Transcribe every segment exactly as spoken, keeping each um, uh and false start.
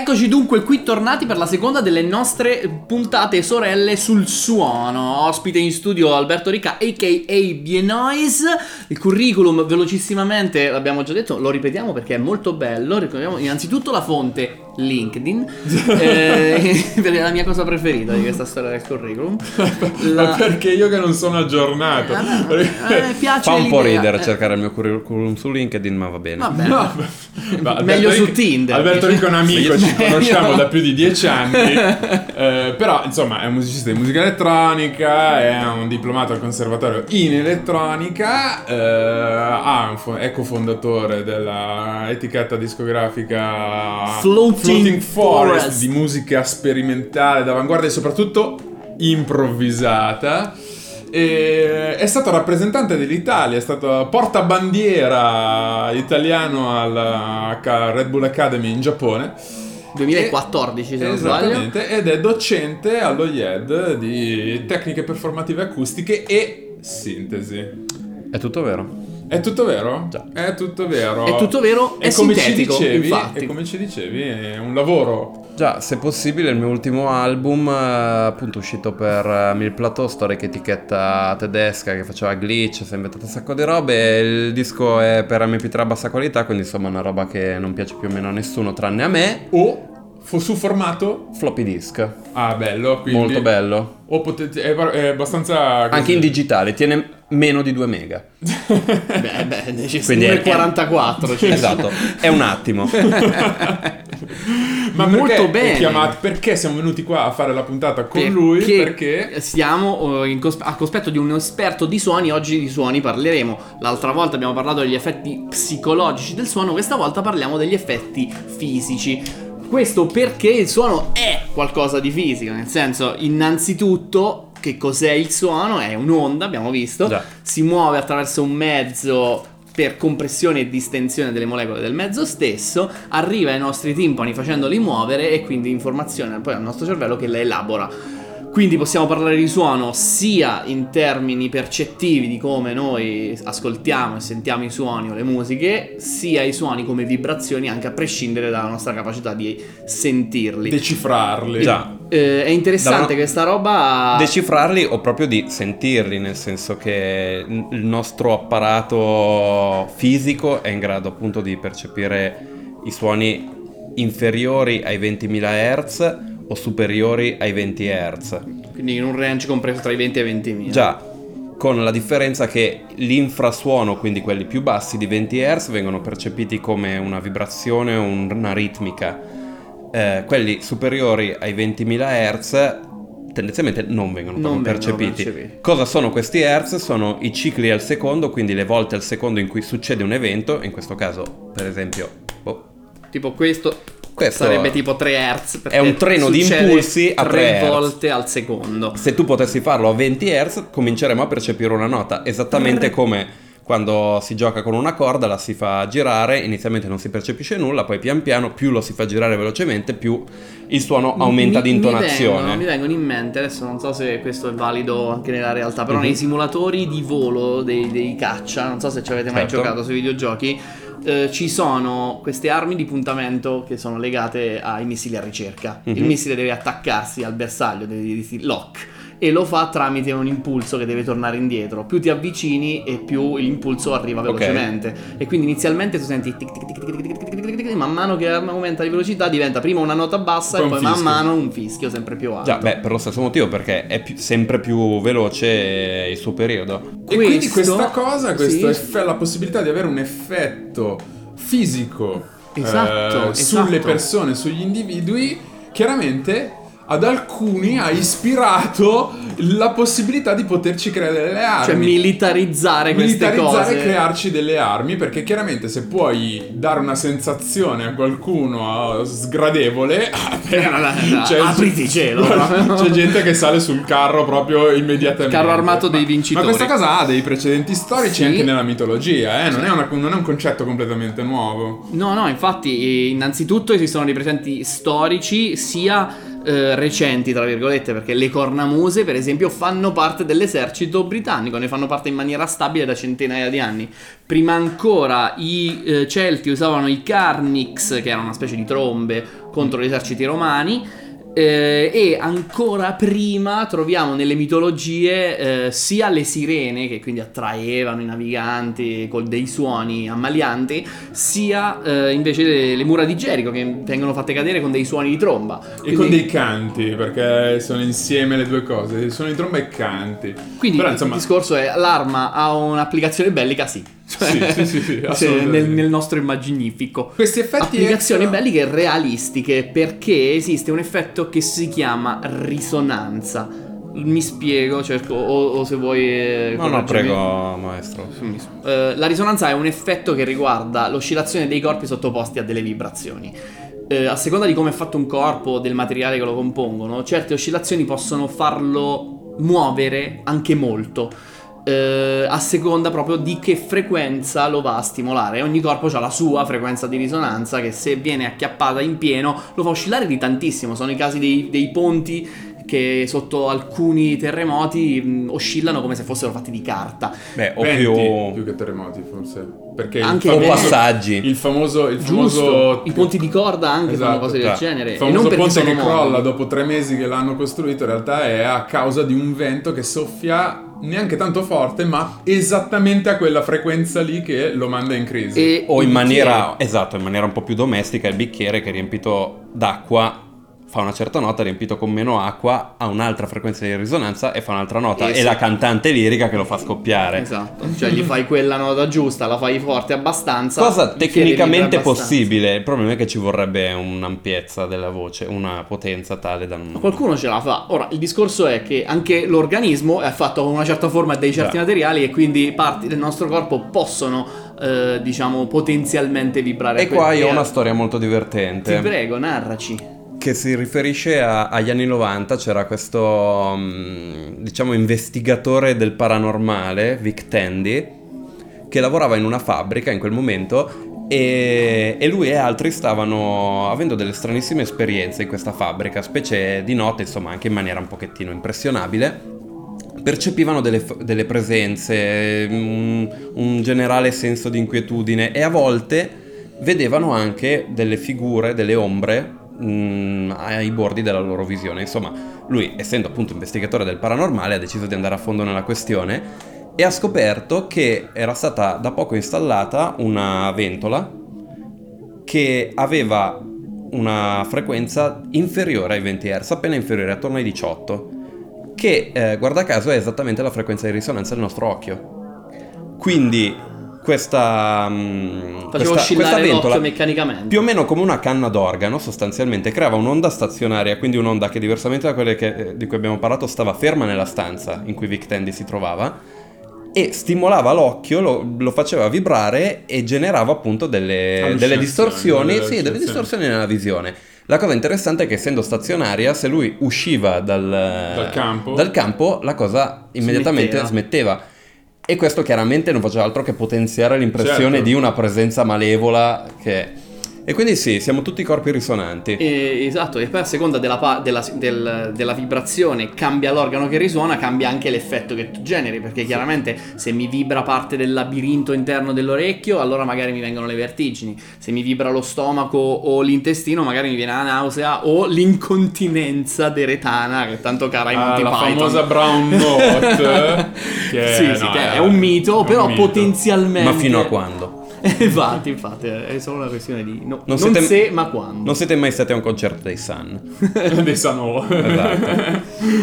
Eccoci dunque qui tornati per la seconda delle nostre puntate sorelle sul suono. Ospite in studio Alberto Ricca a k a. Bienoise. Il curriculum velocissimamente l'abbiamo già detto, lo ripetiamo perché è molto bello. Ricordiamo innanzitutto la fonte LinkedIn, eh, perché è la mia cosa preferita di questa storia del curriculum. La... Ma perché io che non sono aggiornato, eh, eh, piace fa un po' l'idea. ridere eh. cercare il mio curriculum su LinkedIn, ma va bene. Vabbè. No, ma meglio Alberto su Tinder. Alberto Ricca è un amico, ci Meglio. conosciamo da più di dieci anni, eh, però insomma è un musicista di musica elettronica, è un diplomato al conservatorio in elettronica, eh, ha un fo- è cofondatore della etichetta discografica Floating Floating Forest, Forest. di musica sperimentale d'avanguardia e soprattutto improvvisata. E è stato rappresentante dell'Italia, è stato portabandiera italiano alla Red Bull Academy in Giappone. duemilaquattordici, se non sbaglio. Esattamente, ed è docente allo I E D di tecniche performative acustiche e sintesi. È tutto vero? È tutto vero? Già. È tutto vero. È tutto vero, è e come ci sintetico, dicevi, infatti. E come ci dicevi, è un lavoro. Già, se possibile, il mio ultimo album, eh, appunto uscito per eh, Mil Plateau, storica etichetta tedesca che faceva glitch, si è inventato un sacco di robe, e il disco è per M P tre a bassa qualità, quindi insomma una roba che non piace più o meno a nessuno tranne a me. O fu su formato? Floppy disk, Ah, bello. Quindi... molto bello. O potete... È, è abbastanza... così. Anche in digitale, tiene meno di due mega. Beh, beh, ci Quindi sono è- il quarantaquattro. Cioè. Esatto, è un attimo. Ma Molto perché bene. è chiamato, perché siamo venuti qua a fare la puntata con lui? Perché siamo eh, in cos- a cospetto di un esperto di suoni. Oggi di suoni parleremo. L'altra volta abbiamo parlato degli effetti psicologici del suono, questa volta parliamo degli effetti fisici. Questo perché il suono è qualcosa di fisico, nel senso, innanzitutto, che cos'è il suono? È un'onda, abbiamo visto, Già. si muove attraverso un mezzo per compressione e distensione delle molecole del mezzo stesso, arriva ai nostri timpani facendoli muovere e quindi informazione poi al nostro cervello che la elabora. Quindi possiamo parlare di suono sia in termini percettivi di come noi ascoltiamo e sentiamo i suoni o le musiche, sia i suoni come vibrazioni, anche a prescindere dalla nostra capacità di sentirli. decifrarli. Già. Eh, è interessante Da- questa roba. Decifrarli o proprio di sentirli, nel senso che il nostro apparato fisico è in grado appunto di percepire i suoni inferiori ai ventimila hertz o superiori ai venti hertz. Quindi in un range compreso tra i venti e i ventimila. Già, con la differenza che l'infrasuono, quindi quelli più bassi di venti hertz, vengono percepiti come una vibrazione o un- una ritmica. Eh, quelli superiori ai ventimila hertz tendenzialmente non vengono Non proprio vengono percepiti. percepiti. Cosa sono questi hertz? Sono i cicli al secondo, quindi le volte al secondo in cui succede un evento, in questo caso per esempio boh, Tipo questo, questo sarebbe tipo tre hertz. è un treno di succede impulsi a tre hertz. volte al secondo. Se tu potessi farlo a venti hertz, cominceremo a percepire una nota, esattamente come quando si gioca con una corda, la si fa girare, inizialmente non si percepisce nulla, poi pian piano più lo si fa girare velocemente, più il suono aumenta Mi- di Mi intonazione. vengono, mi vengono in mente, adesso non so se questo è valido anche nella realtà, però Mhm. nei simulatori di volo dei, dei caccia, non so se ci avete mai Certo. giocato sui videogiochi, eh, ci sono queste armi di puntamento che sono legate ai missili a ricerca. Il Mhm. missile deve attaccarsi al bersaglio, deve dirsi lock, e lo fa tramite un impulso che deve tornare indietro. Più ti avvicini e più l'impulso arriva Ok. velocemente. E quindi inizialmente tu senti tic tic tic tic tic tic tic tic, man mano che aumenta di velocità diventa prima una nota bassa Poi e un poi man fischio. mano un fischio sempre più alto. Già, beh, per lo stesso motivo, perché è più- sempre più veloce il suo periodo. E quindi Questo- questa cosa, questo sì. eff- la possibilità di avere un effetto fisico Esatto, eh, sulle esatto. persone, sugli individui, chiaramente ad alcuni ha ispirato la possibilità di poterci creare delle armi. Cioè militarizzare queste militarizzare cose. e crearci delle armi, perché chiaramente se puoi dare una sensazione a qualcuno sgradevole, c'è, apriti cielo, proprio. c'è gente che sale sul carro proprio immediatamente. Carro armato dei Ma- vincitori. Ma questa cosa ha dei precedenti storici Sì. anche nella mitologia, eh? non, è una- non è un concetto completamente nuovo. No, no, infatti, eh, innanzitutto esistono dei presenti storici sia eh, recenti, tra virgolette, perché le cornamuse, per esempio, fanno parte dell'esercito britannico, ne fanno parte in maniera stabile da centinaia di anni. Prima ancora i eh, Celti usavano i carnix, che erano una specie di trombe contro gli eserciti romani. Eh, e ancora prima troviamo nelle mitologie eh, sia le sirene, che quindi attraevano i naviganti con dei suoni ammalianti, sia eh, invece le, le mura di Gerico, che vengono fatte cadere con dei suoni di tromba. E Quindi, con dei canti, perché sono insieme le due cose, suoni di tromba e canti. quindi Però, il insomma, discorso è: l'arma ha un'applicazione bellica, sì. Cioè, sì, sì, sì, sì, cioè, assolutamente. nel, nel nostro immaginifico. Questi effetti applicazioni extra- belliche e realistiche, perché esiste un effetto che si chiama risonanza. Mi spiego, cerco, o, o se vuoi eh, No, no, correggermi. prego, maestro. Eh, la risonanza è un effetto che riguarda l'oscillazione dei corpi sottoposti a delle vibrazioni. Eh, a seconda di come è fatto un corpo o del materiale che lo compongono, certe oscillazioni possono farlo muovere anche molto. Eh, a seconda proprio di che frequenza lo va a stimolare. Ogni corpo ha la sua frequenza di risonanza, che se viene acchiappata in pieno lo fa oscillare di tantissimo. Sono i casi dei, dei ponti che sotto alcuni terremoti mh, oscillano come se fossero fatti di carta. Beh, o venti, più... più che terremoti, forse. Perché Anche il o venti. famoso, passaggi. il famoso, il Giusto, famoso i ponti di corda anche fanno Esatto, cose del esatto. genere. Il E non famoso perché ponte sono che crolla mobili. dopo tre mesi che l'hanno costruito, in realtà è a causa di un vento che soffia neanche tanto forte, ma esattamente a quella frequenza lì che lo manda in crisi. E O in il maniera, bicchiere. esatto, in maniera un po' più domestica, il bicchiere che è riempito d'acqua fa una certa nota, riempito con meno acqua ha un'altra frequenza di risonanza e fa un'altra nota. Eh, e sì. la cantante lirica che lo fa scoppiare. Esatto, cioè gli fai quella nota giusta, la fai forte abbastanza. Cosa il bicchiere tecnicamente vibra abbastanza. possibile, il problema è che ci vorrebbe un'ampiezza della voce, una potenza tale da non... Qualcuno ce la fa. Ora, il discorso è che anche l'organismo è fatto con una certa forma dei certi Già. materiali, e quindi parti del nostro corpo possono, eh, diciamo, potenzialmente vibrare. E qua io ho E- una storia molto Ti divertente prego, narraci. che si riferisce a- agli anni novanta. C'era questo, mm, diciamo, investigatore del paranormale, Vic Tandy, che lavorava in una fabbrica in quel momento e, e lui e altri stavano avendo delle stranissime esperienze in questa fabbrica, specie di notte, insomma, anche in maniera un pochettino impressionabile. Percepivano delle, f- delle presenze, un, un generale senso di inquietudine, e a volte vedevano anche delle figure, delle ombre mh, ai bordi della loro visione. Insomma, lui, essendo appunto investigatore del paranormale, ha deciso di andare a fondo nella questione e ha scoperto che era stata da poco installata una ventola che aveva una frequenza inferiore ai venti hertz, appena inferiore, attorno ai diciotto, che eh, guarda caso è esattamente la frequenza di risonanza del nostro occhio. Quindi questa, mh, Facevo questa, oscillare questa ventola, l'occhio meccanicamente. più o meno come una canna d'organo, sostanzialmente creava un'onda stazionaria, quindi un'onda che, diversamente da quelle che, eh, di cui abbiamo parlato, stava ferma nella stanza in cui Vic Tandy si trovava, e stimolava l'occhio, lo, lo faceva vibrare e generava appunto delle, Allucinazioni, delle distorsioni, delle sì, delle allucinazioni. distorsioni nella visione. La cosa interessante è che, essendo stazionaria, se lui usciva dal, Dal campo. dal campo, la cosa immediatamente Smetteva. smetteva. E questo chiaramente non faceva altro che potenziare l'impressione Certo. di una presenza malevola che... E quindi sì, siamo tutti corpi risonanti. E- esatto, e poi a seconda della, pa- della, del- della vibrazione cambia l'organo che risuona, cambia anche l'effetto che tu generi, perché chiaramente se mi vibra parte del labirinto interno dell'orecchio, allora magari mi vengono le vertigini. Se mi vibra lo stomaco o l'intestino, magari mi viene la nausea o l'incontinenza deretana, che è tanto cara ai Ah, Monty la Python. famosa brown note, che Sì, sì, no, che è- è un mito, è un però mito. potenzialmente... Ma fino a quando? Infatti, infatti, è solo una questione di... no- non siete- se, ma quando. Non siete mai stati a un concerto dei Sun? Dei Sanò. Esatto.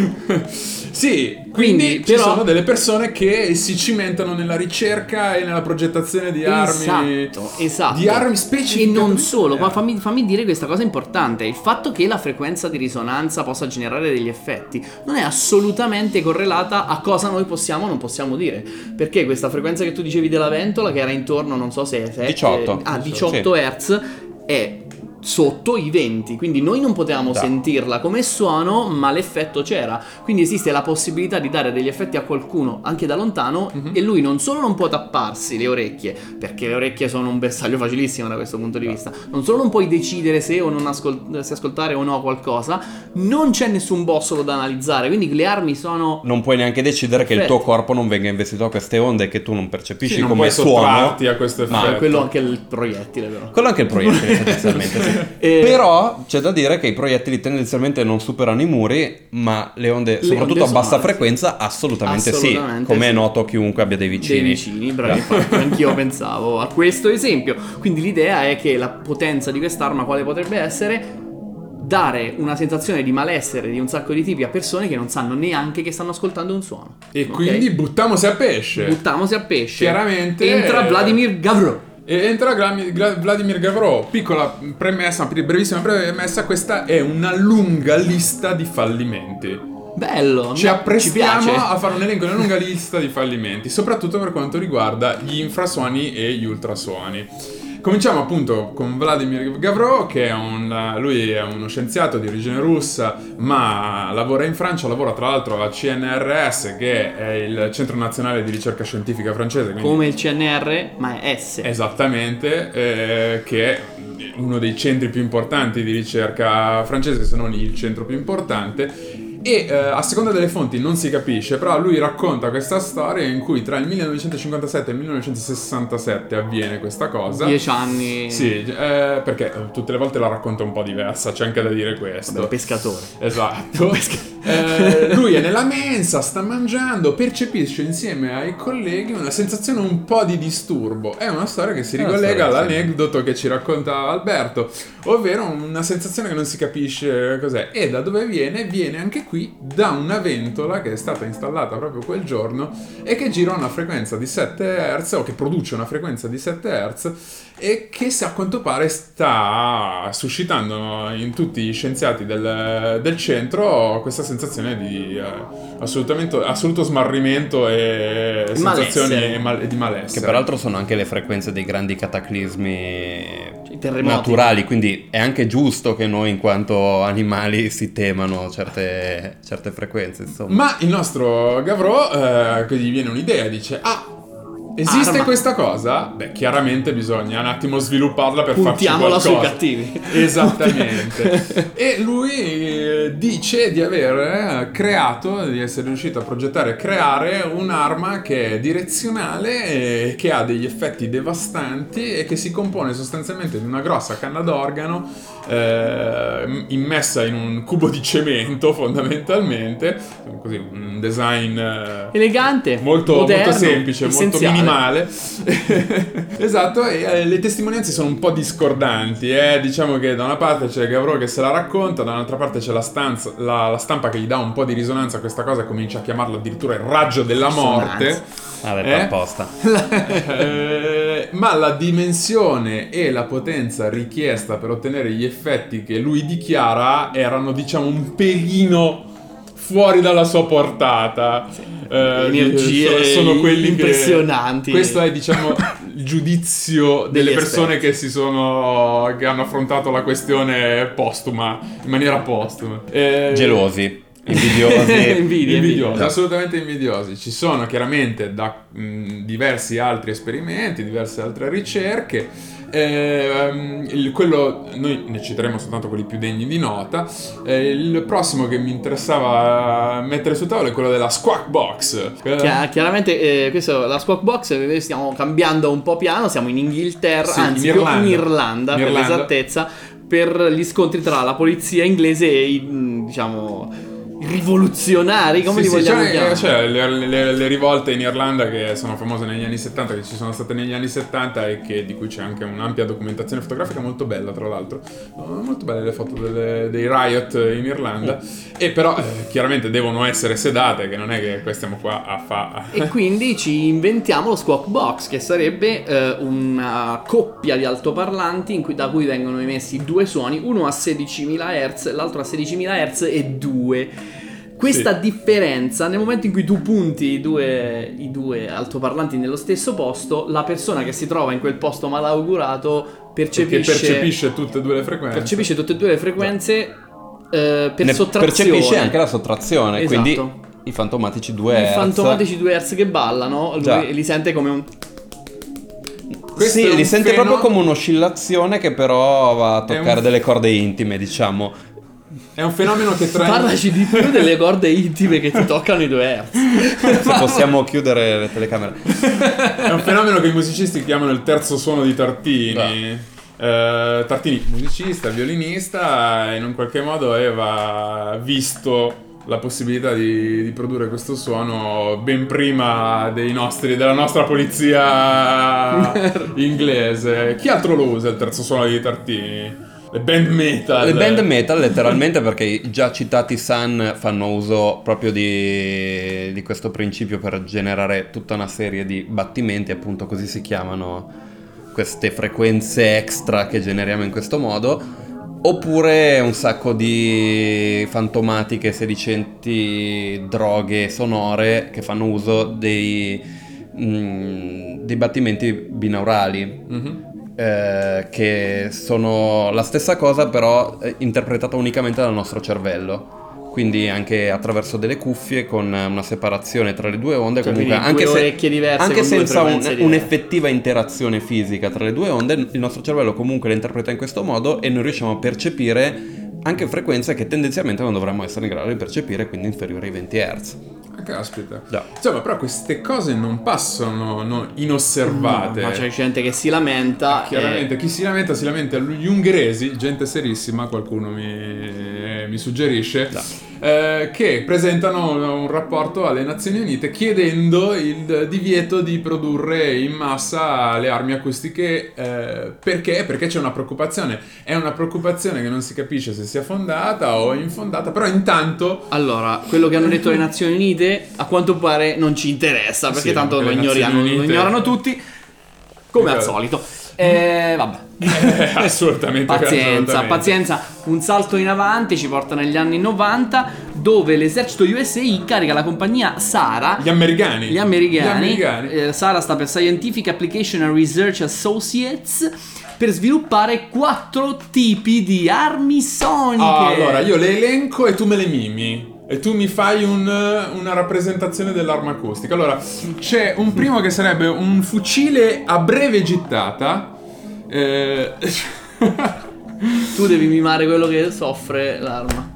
Sì, quindi, Quindi, ci però- sono delle persone che si cimentano nella ricerca e nella progettazione di armi. Esatto, esatto. Di armi E specificamente. non solo, ma fammi, fammi dire questa cosa importante: il fatto che la frequenza di risonanza possa generare degli effetti non è assolutamente correlata a cosa noi possiamo o non possiamo dire. Perché questa frequenza che tu dicevi della ventola, che era intorno, non so se è sette, diciotto. ah, diciotto hertz, è sotto i venti, quindi noi non potevamo Da. sentirla come suono, ma l'effetto c'era. Quindi esiste la possibilità di dare degli effetti a qualcuno anche da lontano, e lui non solo non può tapparsi le orecchie, perché le orecchie sono un bersaglio facilissimo da questo punto di vista, non solo non puoi decidere se o non ascol- se ascoltare o no qualcosa, non c'è nessun bossolo da analizzare, quindi le armi sono... Non puoi neanche decidere che il Perfetto. tuo corpo non venga investito da queste onde che tu non percepisci Sì, non come puoi suono. sottrarti a questo ma effetto. quello anche il proiettile, però. Quello anche il proiettile, potenzialmente, sì. E- Però c'è da dire che i proiettili tendenzialmente non superano i muri, ma le onde, Le soprattutto onde a bassa sonore, frequenza, assolutamente, Assolutamente sì. Come sì. è noto a chiunque abbia dei vicini. Dei vicini, bravi, infatti, anch'io pensavo a questo esempio. Quindi l'idea è che la potenza di quest'arma quale potrebbe essere? Dare una sensazione di malessere di un sacco di tipi a persone che non sanno neanche che stanno ascoltando un suono. E Ok? quindi buttiamosi a pesce. Buttiamosi a pesce. Chiaramente- Entra Vladimir Gavro. E entra Gla- Gla- Vladimir Gavro. Piccola premessa, brevissima premessa, questa è una lunga lista di fallimenti. Bello. Ci mi- apprestiamo ci piace. a fare un elenco di una lunga lista di fallimenti, soprattutto per quanto riguarda gli infrasuoni e gli ultrasuoni. Cominciamo appunto con Vladimir Gavro, che è un, lui è uno scienziato di origine russa, ma lavora in Francia, lavora tra l'altro al C N R S, che è il Centro Nazionale di Ricerca Scientifica francese. Quindi Come il C N R, ma è S. esattamente, eh, che è uno dei centri più importanti di ricerca francese, se non il centro più importante. E eh, a seconda delle fonti non si capisce, però lui racconta questa storia in cui tra il millenovecentocinquantasette e il millenovecentosessantasette avviene questa cosa. Dieci anni. Sì, eh, perché tutte le volte la racconta un po' diversa, c'è anche da dire questo. Vabbè, pescatore. Esatto. Eh, lui è nella mensa, sta mangiando, percepisce insieme ai colleghi una sensazione un po' di disturbo. È una storia che si È una ricollega storia, sì. all'aneddoto che ci racconta Alberto, ovvero una sensazione che non si capisce cos'è. E da dove viene? Viene anche qui da una ventola che è stata installata proprio quel giorno e che gira una frequenza di sette hertz, o che produce una frequenza di sette hertz, e che a quanto pare sta suscitando in tutti gli scienziati del, del centro questa sensazione di eh, assolutamente, assoluto smarrimento e sensazioni Malessere. mal- di malessere. Che peraltro sono anche le frequenze dei grandi cataclismi I terremoti. naturali, quindi è anche giusto che noi in quanto animali si temano certe, certe frequenze, insomma. Ma il nostro Gavro, eh, che gli viene un'idea, dice: ah, esiste Arma. questa cosa? Beh, chiaramente bisogna un attimo svilupparla per farci Puntiamola qualcosa. sui cattivi. Esattamente. E lui eh, dice di aver eh, creato, di essere riuscito a progettare e creare un'arma che è direzionale e che ha degli effetti devastanti e che si compone sostanzialmente di una grossa canna d'organo eh, immessa in un cubo di cemento, fondamentalmente, così un design eh, Elegante, molto, moderno, molto semplice, molto essenziale. minimale. Esatto, e eh, le testimonianze sono un po' discordanti, eh. Diciamo che da una parte c'è Gavro che se la racconta, da un'altra parte c'è la, stanza, la, la stampa che gli dà un po' di risonanza a questa cosa e comincia a chiamarlo addirittura il raggio della morte. Ah, detto Eh? apposta. Eh, ma la dimensione e la potenza richiesta per ottenere gli effetti che lui dichiara erano, diciamo, un pelino fuori dalla sua portata. Eh, Energie sono, sono quelli impressionanti. Che, questo è, diciamo, il giudizio delle Degli persone esperti. che si sono che hanno affrontato la questione postuma, in maniera postuma. Eh, Gelosi, invidiosi. Invidia, invidiosi, invidia. assolutamente invidiosi. Ci sono chiaramente da mh, diversi altri esperimenti, diverse altre ricerche. Eh, il, quello noi ne citeremo soltanto quelli più degni di nota. Eh, il prossimo che mi interessava mettere sul tavolo è quello della Squawk Box. Eh, Chia- chiaramente eh, questo, la Squawk Box, eh, stiamo cambiando un po' piano, siamo in Inghilterra, Sì, anzi in più Irlanda. in Irlanda, In per Irlanda. l'esattezza, per gli scontri tra la polizia inglese e i, mh, diciamo, i rivoluzionari, come sì, li sì, vogliamo cioè, chiamare? cioè, le, le- le rivolte in Irlanda che sono famose negli anni settanta, che ci sono state negli anni settanta e che, di cui c'è anche un'ampia documentazione fotografica molto bella, tra l'altro. Oh, molto belle le foto delle- dei riot in Irlanda. E però eh, chiaramente devono essere sedate, che non è che poi stiamo qua a fare. E quindi ci inventiamo lo Squawk Box, che sarebbe eh, una coppia di altoparlanti in cui, da cui vengono emessi due suoni, uno a sedicimila hertz, l'altro a sedicimila hertz e due. Questa Sì. differenza, nel momento in cui tu punti i due, i due altoparlanti nello stesso posto, la persona che si trova in quel posto malaugurato Perché percepisce, percepisce tutte e due le frequenze. percepisce tutte e due le frequenze eh, per Ne sottrazione. percepisce anche la sottrazione, Esatto. quindi i fantomatici due I hertz. fantomatici due hertz che ballano, Già. lui li sente come un... Questo Sì, è un li sente fenomeno- proprio come un'oscillazione che però va a È toccare un- delle corde intime, diciamo. È un fenomeno che tra Parlaci di più delle corde intime che ti toccano i due hertz. Se possiamo chiudere le telecamere. È un fenomeno che i musicisti chiamano il terzo suono di Tartini. Eh, Tartini, musicista, violinista, in un qualche modo aveva visto la possibilità di, di produrre questo suono ben prima dei nostri, della nostra polizia inglese. Chi altro lo usa il terzo suono di Tartini? Le band metal. Le band metal letteralmente, perché i già citati Sun fanno uso proprio di, di questo principio per generare tutta una serie di battimenti, appunto così si chiamano queste frequenze extra che generiamo in questo modo. Oppure un sacco di fantomatiche sedicenti droghe sonore che fanno uso dei, mh, dei battimenti binaurali, mm-hmm. eh, che sono la stessa cosa però eh, interpretata unicamente dal nostro cervello. Quindi anche attraverso delle cuffie con una separazione tra le due onde, cioè, comunque anche, due se, orecchie diverse, anche con senza due un, frequenze un'effettiva interazione fisica tra le due onde, il nostro cervello comunque le interpreta in questo modo e noi riusciamo a percepire anche frequenze che tendenzialmente non dovremmo essere in grado di percepire, quindi inferiori ai venti hertz. Ah, caspita. Già. Insomma, però queste cose non passano no, inosservate. No, ma c'è gente che si lamenta. Chiaramente, e... chi si lamenta si lamenta. Gli ungheresi, gente serissima, qualcuno mi, mi suggerisce, eh, che presentano un rapporto alle Nazioni Unite chiedendo il divieto di produrre in massa le armi acustiche. Eh, perché? Perché c'è una preoccupazione. È una preoccupazione che non si capisce se sia fondata o infondata, però intanto... Allora, quello che hanno detto le Nazioni Unite a quanto pare non ci interessa, perché sì, tanto lo, le ignoriamo, Nazioni Unite... lo ignorano tutti, come al solito. Eh, vabbè. Eh, assolutamente. Pazienza, assolutamente. pazienza. Un salto in avanti ci porta negli anni novanta, dove l'esercito U S A incarica la compagnia SARA. Gli americani. Gli americani. Gli americani. Eh, SARA sta per Scientific Application and Research Associates, per sviluppare quattro tipi di armi soniche. Ah, allora, io le elenco e tu me le mimi. E tu mi fai un, una rappresentazione dell'arma acustica. Allora, c'è un primo che sarebbe un fucile a breve gittata. Eh... Tu devi mimare quello che soffre l'arma.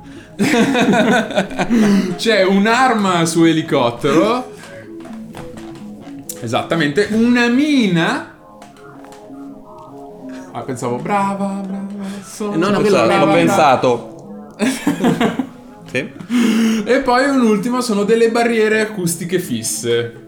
C'è un'arma su elicottero. Esattamente. Una mina. Ah, pensavo, brava, brava. Sono No, no, Ho quello pensato, non ho è- pensato. Sì. E poi un ultimo sono delle barriere acustiche fisse.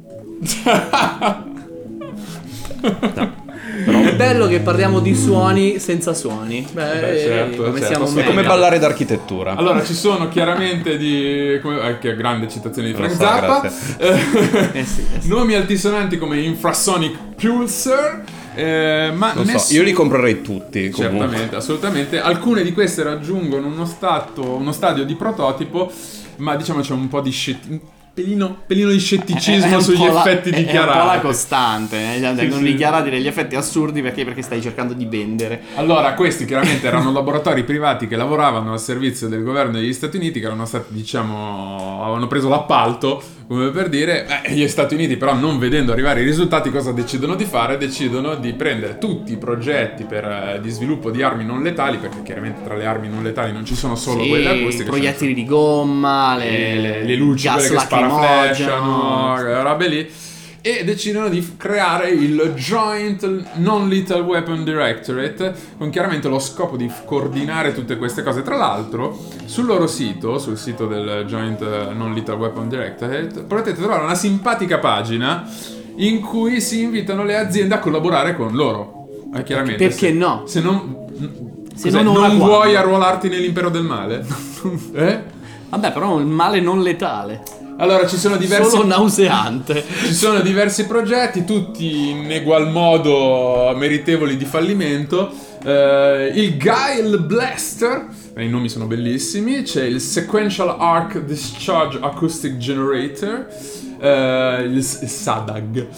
Però è bello che parliamo di suoni senza suoni. Beh, Beh, certo, come certo. siamo Sì, meglio. Come ballare d'architettura. Allora, ci sono chiaramente di... Come, eh, che grande citazione di Lo Frank so, Zappa. grazie. Eh sì, eh sì. Nomi altisonanti come Infrasonic Pulsar. Eh, ma Non so, nessun- io li comprerei tutti comunque. Certamente, assolutamente. Alcune di queste raggiungono uno stato, uno stadio di prototipo, ma diciamo c'è un po' di scetticismo. Pelino, pelino di scetticismo È un sugli po' la- effetti è- dichiarati. È un po' la costante, eh? Cioè, Sì, vengono sì. dichiarati degli effetti assurdi perché, perché stai cercando di vendere. Allora, questi chiaramente erano laboratori privati che lavoravano al servizio del governo degli Stati Uniti, che erano stati, diciamo, avevano preso l'appalto, come per dire, eh, gli Stati Uniti però non vedendo arrivare i risultati cosa decidono di fare? Decidono di prendere tutti i progetti per, eh, di sviluppo di armi non letali, perché chiaramente tra le armi non letali non ci sono solo Sì, quelle acustiche. proiettili di gomma, le, le, le, le luci, gas quelle che sparaflashano, lacrimogeno. quelle robe lì, e decidono di creare il Joint Non-Lethal Weapon Directorate con chiaramente lo scopo di coordinare tutte queste cose. Tra l'altro, sul loro sito, sul sito del Joint Non-Lethal Weapon Directorate, potete trovare una simpatica pagina in cui si invitano le aziende a collaborare con loro. Eh, chiaramente, Perché se, no? Se non, Se cos'è, non ora non quando? vuoi arruolarti nell'impero del male? eh? Vabbè, però il male non letale, Allora, ci sono diversi solo nauseante. Ci sono diversi progetti, tutti in egual modo meritevoli di fallimento. Eh, il Guile Blaster, eh, i nomi sono bellissimi. C'è il Sequential Arc Discharge Acoustic Generator, eh, il, il S A D A G.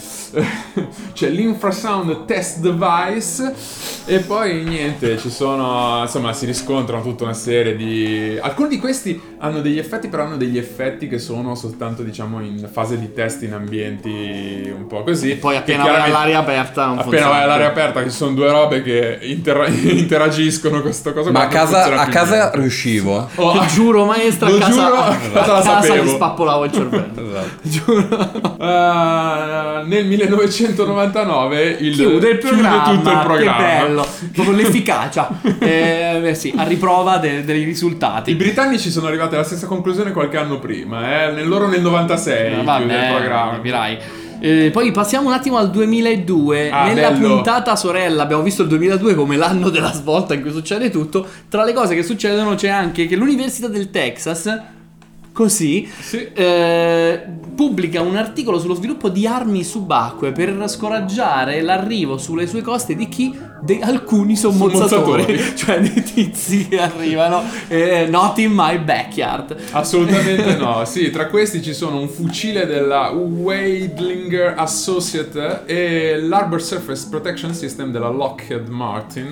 C'è l'Infrasound Test Device. E poi niente, ci sono, insomma, si riscontrano tutta una serie di... Alcuni di questi hanno degli effetti, però hanno degli effetti che sono soltanto, diciamo, in fase di test in ambienti un po' così. E poi che appena vai chiaramente- all'aria aperta non Appena funziona vai all'aria più. aperta, che ci sono due robe che intera- interagiscono con questa cosa. Ma qua, a non casa, funziona a più casa niente. riuscivo. Oh, Ti giuro, maestra, a Lo casa, giuro, a te la casa sapevo. gli spappolavo il cervello. Esatto. Uh, nel millenovecentonovantanove il chiude il programma, chiude tutto il programma. Che bello, proprio l'efficacia eh, eh, sì, a riprova de- dei risultati. I britannici sono arrivati alla stessa conclusione qualche anno prima, eh? nel loro nel novantasei Ah, chiude vabbè, il programma. capirai. Eh, poi passiamo un attimo al duemiladue. Ah, Nella bello. puntata sorella abbiamo visto il duemiladue come l'anno della svolta in cui succede tutto. Tra le cose che succedono c'è anche che l'Università del Texas, così, Sì. eh, pubblica un articolo sullo sviluppo di armi subacquee per scoraggiare l'arrivo sulle sue coste di chi? Di alcuni sommozzatori, Sommozzatori. cioè di tizi che arrivano eh, not in my backyard. Assolutamente no, sì, tra questi ci sono un fucile della Weidlinger Associate e l'Arbor Surface Protection System della Lockheed Martin.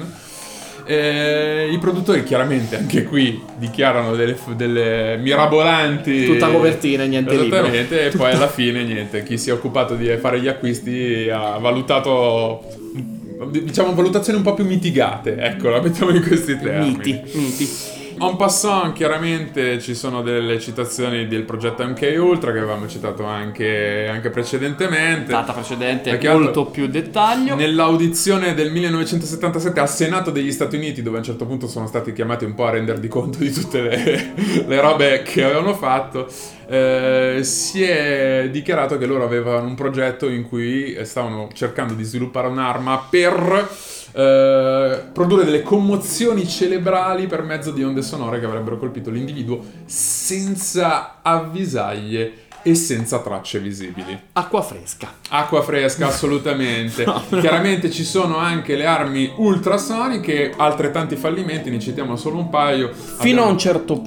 Eh, I produttori chiaramente anche qui dichiarano delle, delle mirabolanti, Tutta copertina e niente libro. esattamente, e poi alla fine niente, chi si è occupato di fare gli acquisti ha valutato, diciamo, valutazioni un po' più mitigate, ecco, la mettiamo in questi termini. Miti, miti. En passant, chiaramente ci sono delle citazioni del progetto M K Ultra che avevamo citato anche, anche precedentemente. Data precedente, Perché molto altro- più dettaglio. Nell'audizione del millenovecentosettantasette al Senato degli Stati Uniti, dove a un certo punto sono stati chiamati un po' a renderdi conto di tutte le, le robe che avevano fatto, eh, si è dichiarato che loro avevano un progetto in cui stavano cercando di sviluppare un'arma per eh, produrre delle commozioni cerebrali per mezzo di onde sonore che avrebbero colpito l'individuo senza avvisaglie e senza tracce visibili. Acqua fresca. Acqua fresca, assolutamente. Chiaramente ci sono anche le armi ultrasoniche, altrettanti fallimenti, ne citiamo solo un paio. Fino Abbiamo- a un certo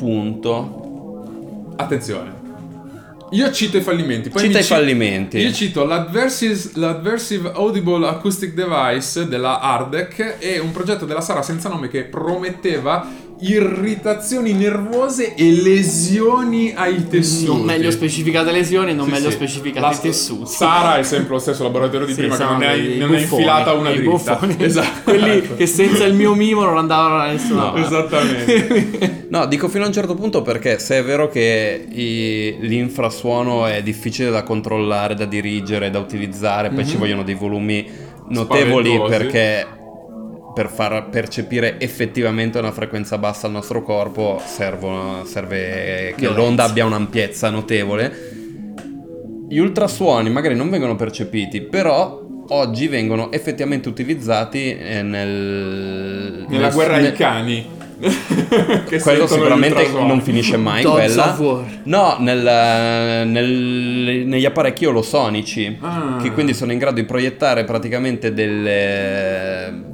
punto. Attenzione. Io cito i fallimenti. Poi Cita mi i ci- fallimenti. Io cito l'Adversive, l'Adversive Audible Acoustic Device della Ardec e un progetto della Sara senza nome che prometteva irritazioni nervose e lesioni ai tessuti. Non meglio specificate lesioni, non Sì, meglio sì. specificati La- i tessuti. Sara è sempre lo stesso laboratorio di Sì, prima che sono non ne ha, dei non ne ha buffoni, infilata una dei dritta. buffoni. Esatto. Quelli che senza il mio mimo non andavano da nessuna No, parte. esattamente. No, dico fino a un certo punto perché se è vero che i- l'infrasuono è difficile da controllare, da dirigere, da utilizzare, poi ci vogliono dei volumi notevoli Spaventosi. perché per far percepire effettivamente una frequenza bassa al nostro corpo servono- serve che Violenza. l'onda abbia un'ampiezza notevole. Gli ultrasuoni magari non vengono percepiti, però oggi vengono effettivamente utilizzati eh, nel... Nella nel- guerra ai nel- cani. Che Quello sentono gli sicuramente ultrasuoni. non finisce mai Dogs quella. of War. No, nel- nel- negli apparecchi olosonici Ah. che quindi sono in grado di proiettare praticamente delle,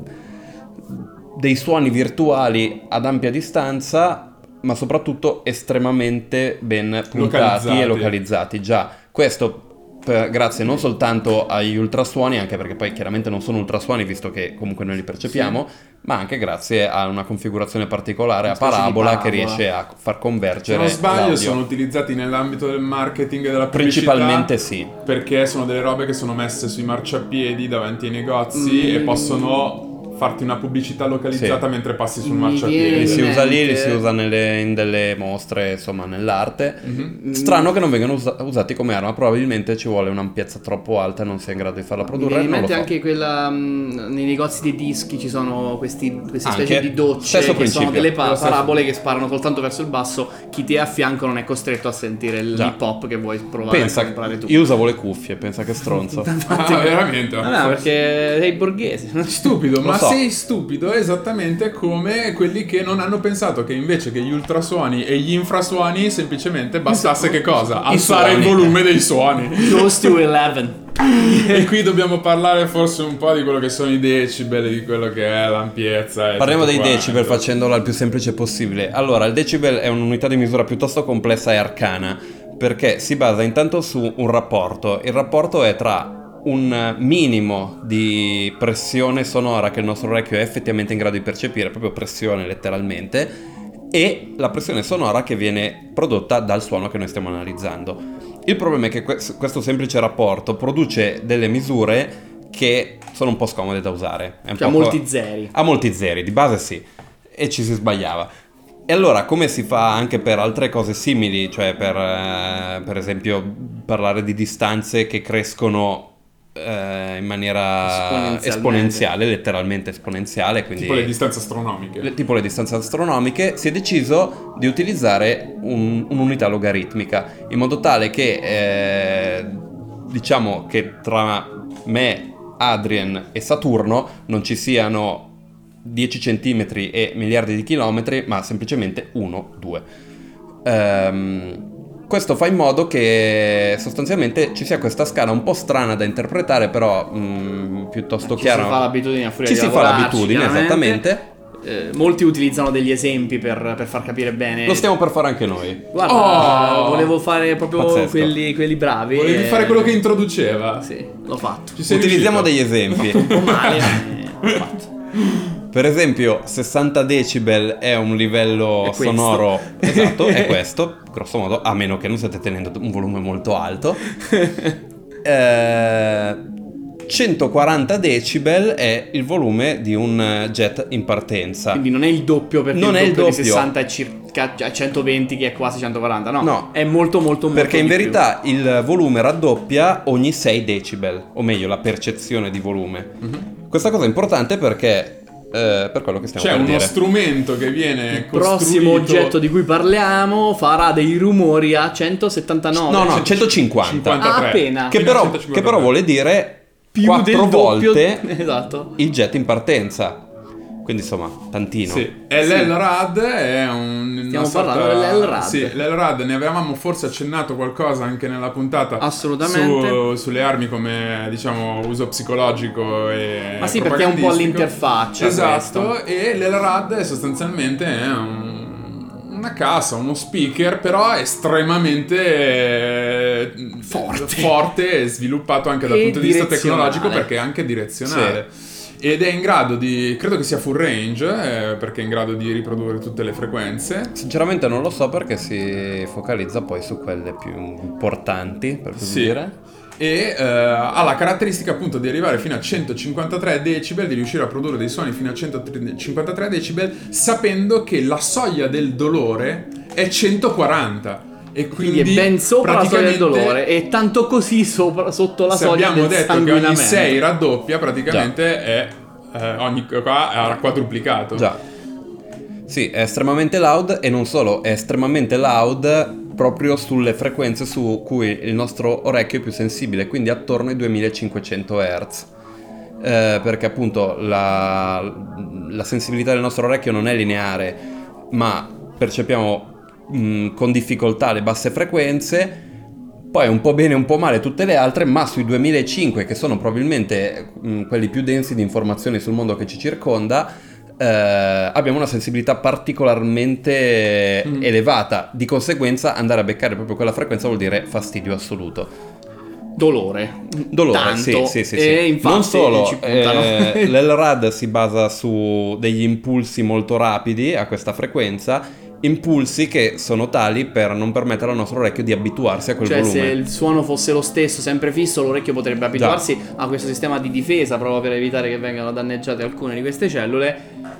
dei suoni virtuali ad ampia distanza, ma soprattutto estremamente ben puntati Localizzati. e localizzati. Già, questo per- grazie non soltanto agli ultrasuoni, anche perché poi chiaramente non sono ultrasuoni visto che comunque noi li percepiamo, ma anche grazie a una configurazione particolare a Una specie di parabola, che parabola. riesce a far Se convergere non sbaglio l'audio. sono utilizzati nell'ambito del marketing e della pubblicità. Principalmente sì. Perché sono delle robe che sono messe sui marciapiedi davanti ai negozi Mm. e possono farti una pubblicità localizzata Sì. mentre passi sul Mi marciapiede. viene Li si in usa lì, mente- li si usa nelle- in delle mostre, insomma, nell'arte. Mhm. Strano che non vengano usa- usati come arma, probabilmente ci vuole un'ampiezza troppo alta e non si è in grado di farla Mi produrre. viene in non lo mente so. anche quella mh, nei negozi dei dischi ci sono questi, queste Anche. specie di docce Stesso che principio. sono delle pa- Lo stesso. parabole che sparano soltanto verso il basso. Chi ti è a fianco non è costretto a sentire Già. l'hip hop che vuoi provare Pensa, a comprare tu. io usavo le cuffie, pensa che stronzo. Ah, veramente? Ah, no, perché sei borghese. Stupido, Lo ma so. sei stupido esattamente come quelli che non hanno pensato che invece che gli ultrasuoni e gli infrasuoni semplicemente bastasse che cosa? Alzare il suoni. volume dei suoni. Goes to eleven. E qui dobbiamo parlare forse un po' di quello che sono i decibel, di quello che è l'ampiezza. e Parliamo tutto dei quanto. decibel facendolo al più semplice possibile. Allora, il decibel è un'unità di misura piuttosto complessa e arcana perché si basa intanto su un rapporto. Il rapporto è tra un minimo di pressione sonora che il nostro orecchio è effettivamente in grado di percepire, proprio pressione letteralmente, e la pressione sonora che viene prodotta dal suono che noi stiamo analizzando. Il problema è che que- questo semplice rapporto produce delle misure che sono un po' scomode da usare. È un Cioè, po' molti zeri. a molti zeri, di base sì, e ci si sbagliava. E allora, come si fa anche per altre cose simili, cioè per, eh, per esempio parlare di distanze che crescono eh, in maniera Esponenzialmente. esponenziale, letteralmente esponenziale, quindi Tipo le distanze astronomiche. le- tipo le distanze astronomiche, si è deciso di utilizzare un- un'unità logaritmica, in modo tale che eh, diciamo che tra me, Adrien e Saturno non ci siano dieci centimetri e miliardi di chilometri, ma semplicemente uno, due. Ehm, questo fa in modo che sostanzialmente ci sia questa scala un po' strana da interpretare, però mh, piuttosto Ci chiara. si fa l'abitudine a furia Ci di si fa lavorarci, l'abitudine, chiaramente. esattamente. Eh, molti utilizzano degli esempi per, per far capire bene. Lo stiamo per fare anche noi. Guarda, Oh! volevo fare proprio Pazzesco. quelli, quelli bravi. Volevi e- fare quello che introduceva? Sì, l'ho fatto. Ci sei Utilizziamo riuscito? degli esempi. Un po' male, ma l'ho fatto. Per esempio, sessanta decibel è un livello È questo. sonoro, esatto, è questo, grosso modo, a meno che non state tenendo un volume molto alto. Eh, centoquaranta decibel è il volume di un jet in partenza. Quindi non è il doppio, perché Non il è il doppio di doppio. sessanta è circa a centoventi, che è quasi centoquaranta. No, No. è molto molto molto Perché in di verità il volume raddoppia ogni sei decibel, o meglio la percezione di volume. Questa cosa è importante perché eh, per quello che stiamo C'è per uno dire. strumento che viene più. Il prossimo costruito- oggetto di cui parliamo farà dei rumori a centosettantanove. No, no, centocinquanta. cinquantatré. Ah, appena. Che Fino a però, centocinquantatré. che però vuole dire Più quattro del doppio. volte Esatto. il jet in partenza. Quindi insomma, tantino. Sì, e l'L-Rad è un... Stiamo una sorta- parlando dell'L-Rad. Sì, l'L-Rad ne avevamo forse accennato qualcosa anche nella puntata. Assolutamente. su- sulle armi come, diciamo, uso psicologico e Ma sì, perché è un po' propagandistico. all'interfaccia Esatto, questo. e l'L-Rad è sostanzialmente è un- una cassa, uno speaker, però estremamente eh, Forte. forte e sviluppato anche dal E punto di vista direzionale. tecnologico, perché è anche direzionale. Ed è in grado di, credo che sia full range, eh, perché è in grado di riprodurre tutte le frequenze. Sinceramente non lo so perché si focalizza poi su quelle più importanti, per così Sì. dire. E eh, ha la caratteristica appunto di arrivare fino a centocinquantatré decibel, di riuscire a produrre dei suoni fino a centocinquantatré decibel, sapendo che la soglia del dolore è centoquaranta. E Quindi, quindi, è ben sopra la soglia del praticamente, dolore e tanto così sopra, sotto la se soglia abbiamo del detto che ogni sanguinamento. sei raddoppia, praticamente è eh, ogni qua ha quadruplicato. Già. Sì, è estremamente loud e non solo, è estremamente loud proprio sulle frequenze su cui il nostro orecchio è più sensibile, quindi attorno ai duemilacinquecento hertz. Eh, perché appunto la, la sensibilità del nostro orecchio non è lineare, ma percepiamo mh, con difficoltà le basse frequenze, poi un po' bene e un po' male tutte le altre, ma sui duemilacinque, che sono probabilmente mh, quelli più densi di informazioni sul mondo che ci circonda, eh, abbiamo una sensibilità particolarmente Mm. elevata. Di conseguenza andare a beccare proprio quella frequenza vuol dire fastidio assoluto. Dolore. Dolore, Tanto. sì, sì, sì, sì. E infatti non solo, ci puntano. eh, l'L-Rad si basa su degli impulsi molto rapidi a questa frequenza, impulsi che sono tali per non permettere al nostro orecchio di abituarsi a quel Cioè, volume. se il suono fosse lo stesso, sempre fisso, l'orecchio potrebbe abituarsi a questo sistema di difesa proprio per evitare che vengano danneggiate alcune di queste cellule.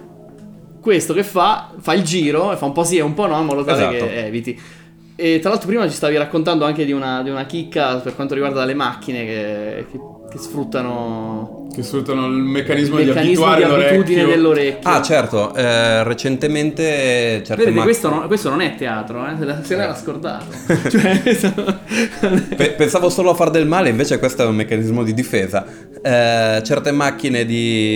Questo che fa? Fa il giro e fa un po' sì e un po' no, in modo tale Esatto. che eviti. E tra l'altro prima ci stavi raccontando anche di una, di una chicca per quanto riguarda le macchine che, che, che sfruttano Che sfruttano il meccanismo, il meccanismo di di abituare abitudine l'orecchio. dell'orecchio. Ah, certo, eh, recentemente certe Vedete, mac- questo, no- questo non è teatro, eh? se, la- se l'era scordato. Cioè, questo- Pe- pensavo solo a far del male, invece questo è un meccanismo di difesa. Eh, certe macchine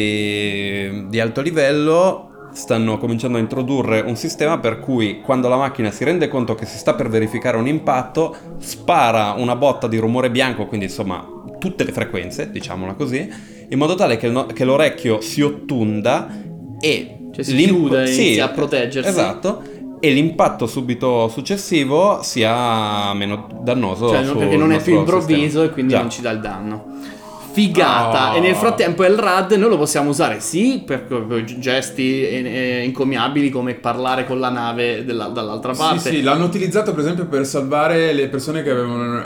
di, di alto livello stanno cominciando a introdurre un sistema per cui quando la macchina si rende conto che si sta per verificare un impatto, spara una botta di rumore bianco, quindi insomma tutte le frequenze, diciamola così, in modo tale che, il no- che l'orecchio si ottunda e Cioè si l'imp- chiude e sì, inizia a proteggersi. Esatto. E l'impatto subito successivo sia meno dannoso. Cioè, no, sul perché non è più nostro improvviso sistema. e quindi Già. non ci dà il danno. Figata. Oh. E nel frattempo il rad noi lo possiamo usare sì per, per gesti eh, eh, incommiabili come parlare con la nave della- dall'altra parte. Sì, sì, l'hanno utilizzato per esempio per salvare le persone che avevano,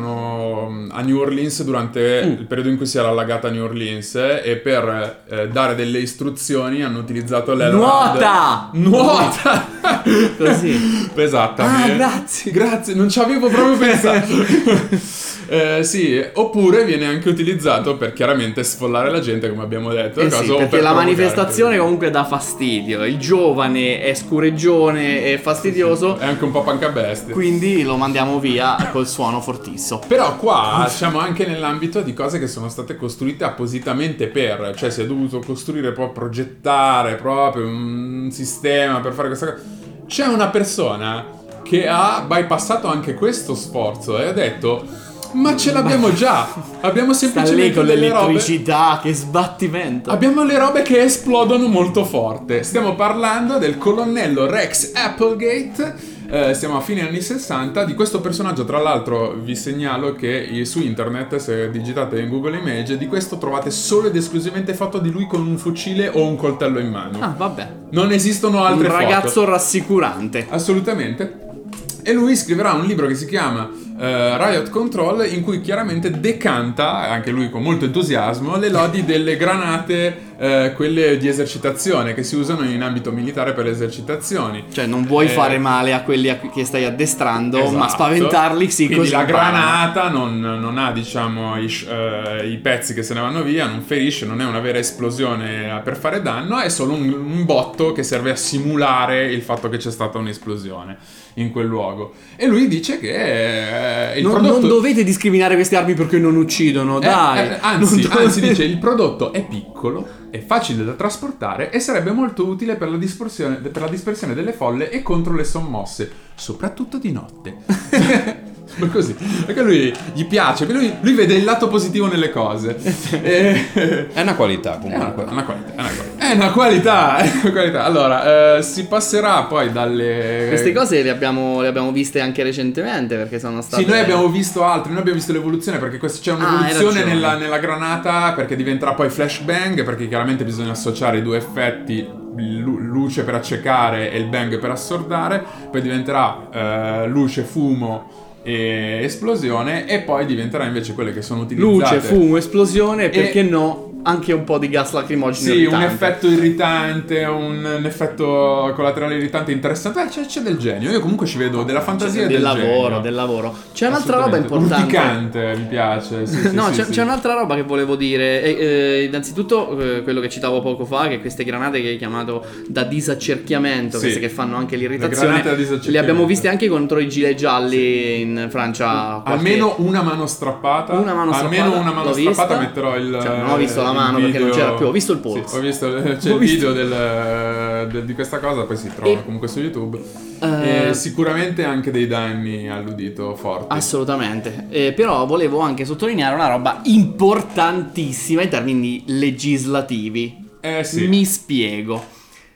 erano a New Orleans durante Mm. il periodo in cui si era allagata New Orleans, eh, e per eh, dare delle istruzioni hanno utilizzato l'L-Rad. Nuota! Nuota! Così. Esattamente. Ah, grazie. Grazie, non ci avevo proprio pensato. Eh, sì, oppure viene anche utilizzato per chiaramente sfollare la gente, come abbiamo detto. Eh caso, sì, o perché per la provocare manifestazione anche- comunque dà fastidio. Il giovane è scureggione e fastidioso, È anche un po' pancabestia. quindi lo mandiamo via col suono fortissimo. Però qua siamo anche nell'ambito di cose che sono state costruite appositamente per, cioè si è dovuto costruire, proprio progettare proprio un sistema per fare questa cosa. C'è una persona che ha bypassato anche questo sforzo e ha detto: ma ce l'abbiamo già, abbiamo Sta lì semplicemente con delle robe. l'elettricità, che sbattimento. Abbiamo le robe che esplodono molto forte. Stiamo parlando del colonnello Rex Applegate. Eh, siamo a fine anni sessanta. Di questo personaggio, tra l'altro, vi segnalo che su internet, se digitate in Google Image, di questo trovate solo ed esclusivamente foto di lui con un fucile o un coltello in mano. Ah, vabbè. Non esistono Un altre foto. ragazzo rassicurante. Assolutamente. E lui scriverà un libro che si chiama eh, Riot Control, in cui chiaramente decanta, anche lui con molto entusiasmo, le lodi delle granate, eh, quelle di esercitazione, che si usano in ambito militare per le esercitazioni. Cioè, non vuoi Eh, fare male a quelli a cui- che stai addestrando, ma Esatto. spaventarli sì, Quindi così la imparano. granata non, non ha, diciamo, i, sh- eh, i pezzi che se ne vanno via, non ferisce, non è una vera esplosione per fare danno, è solo un, un botto che serve a simulare il fatto che c'è stata un'esplosione in quel luogo. E lui dice che eh, il Non, prodotto... non dovete discriminare queste armi perché non uccidono, Eh, dai. eh, anzi, Non dovete- anzi dice il prodotto è piccolo, è facile da trasportare e sarebbe molto utile per la dispersione, per la dispersione delle folle e contro le sommosse, soprattutto di notte. Ma così, perché lui gli piace, lui, lui vede il lato positivo nelle cose. E- È una qualità È una, comunque. una qualità, è una qualità, è una qualità, è una qualità. Allora, eh, si passerà poi dalle... Queste cose le abbiamo, le abbiamo viste anche recentemente perché sono state... Sì, noi abbiamo visto altri, noi abbiamo visto l'evoluzione, perché questo- c'è Ah, hai un'evoluzione ragione. nella, nella granata, perché diventerà poi flashbang, perché chiaramente bisogna associare i due effetti, lu- luce per accecare e il bang per assordare, poi diventerà eh, luce, fumo e esplosione, e poi diventerà invece quelle che sono utilizzate... Luce, fumo, esplosione e perché no anche un po' di gas lacrimogeno Sì, un irritante. effetto irritante, un, un effetto collaterale irritante interessante. Eh, c'è, c'è del genio. Io comunque ci vedo della fantasia Cioè, e del del lavoro, genio. del lavoro. C'è un'altra roba Assolutamente. importante. Urticante, mi piace. Sì, sì, No, sì, c'è, sì. c'è un'altra roba che volevo dire. E, eh, innanzitutto, eh, quello che citavo poco fa, che queste granate che hai chiamato da disaccerchiamento, Sì. queste che fanno anche Le l'irritazione, granate da disaccerchiamento. le abbiamo viste anche contro i gilet gialli in Francia. qualche- Almeno una mano strappata. Una mano Almeno strappata, una mano l'ho strappata vista. metterò il. Cioè, non ho visto la il mano perché non video- c'era più, ho visto il polso. Sì, ho visto c'è Ho il visto- video del, del- di questa cosa, poi si trova E- comunque su YouTube. Eh, E sicuramente anche dei danni all'udito forti. Assolutamente, Eh, però volevo anche sottolineare una roba importantissima in termini legislativi. Eh sì. Mi spiego.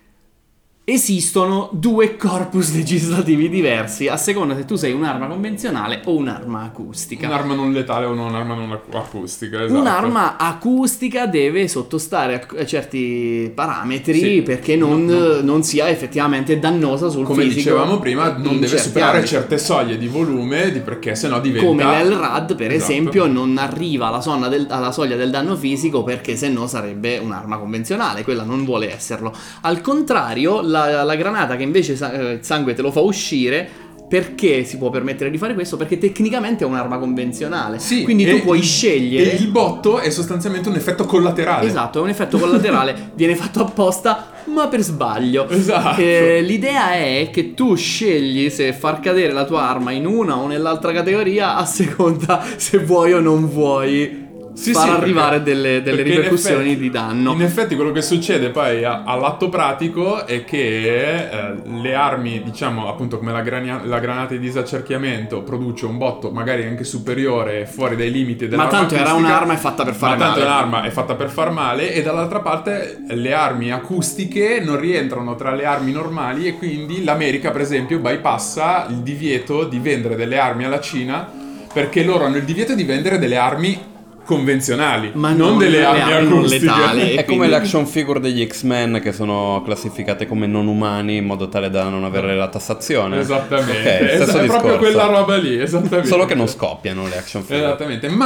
Esistono due corpus legislativi diversi a seconda se tu sei un'arma convenzionale o un'arma acustica. Un'arma non letale o un'arma non acu- acustica, esatto. Un'arma acustica deve sottostare a- a certi parametri Sì. perché non, No, no. non sia effettivamente dannosa sul Come fisico. dicevamo prima, in non deve certi superare ambiti. certe soglie di volume, di- perché sennò diventa... Come l'L R A D, per Esatto. esempio, non arriva alla, sonna del- alla soglia del danno fisico perché sennò sarebbe un'arma convenzionale, quella non vuole esserlo. Al contrario, la, la granata che invece sa- eh, il sangue te lo fa uscire, perché si può permettere di fare questo? Perché tecnicamente è un'arma convenzionale. Sì, Quindi tu e puoi il- scegliere. E il botto è sostanzialmente un effetto collaterale. Esatto, è un effetto collaterale, viene fatto apposta, ma per sbaglio. Esatto. Eh, l'idea è che tu scegli se far cadere la tua arma in una o nell'altra categoria a seconda se vuoi o non vuoi Sì, far sì, arrivare perché- delle, delle perché in ripercussioni effetti- di danno. In effetti quello che succede poi a- all'atto pratico è che eh, le armi, diciamo appunto come la, grania- la granata di disaccerchiamento, produce un botto magari anche superiore fuori dai limiti dell'arma Ma tanto era acustica, un'arma e fatta per fare ma tanto male. è un'arma è fatta per far male, e dall'altra parte le armi acustiche non rientrano tra le armi normali, e quindi l'America per esempio bypassa il divieto di vendere delle armi alla Cina, perché loro hanno il divieto di vendere delle armi convenzionali, Ma non non delle le armi, armi non acustiche. letali. È E come quindi- le action figure degli X-Men che sono classificate come non umani in modo tale da non avere la tassazione. Esattamente, Ok, Es- stesso è proprio discorso. quella roba lì, esattamente. Solo che non scoppiano le action figure. Esattamente, ma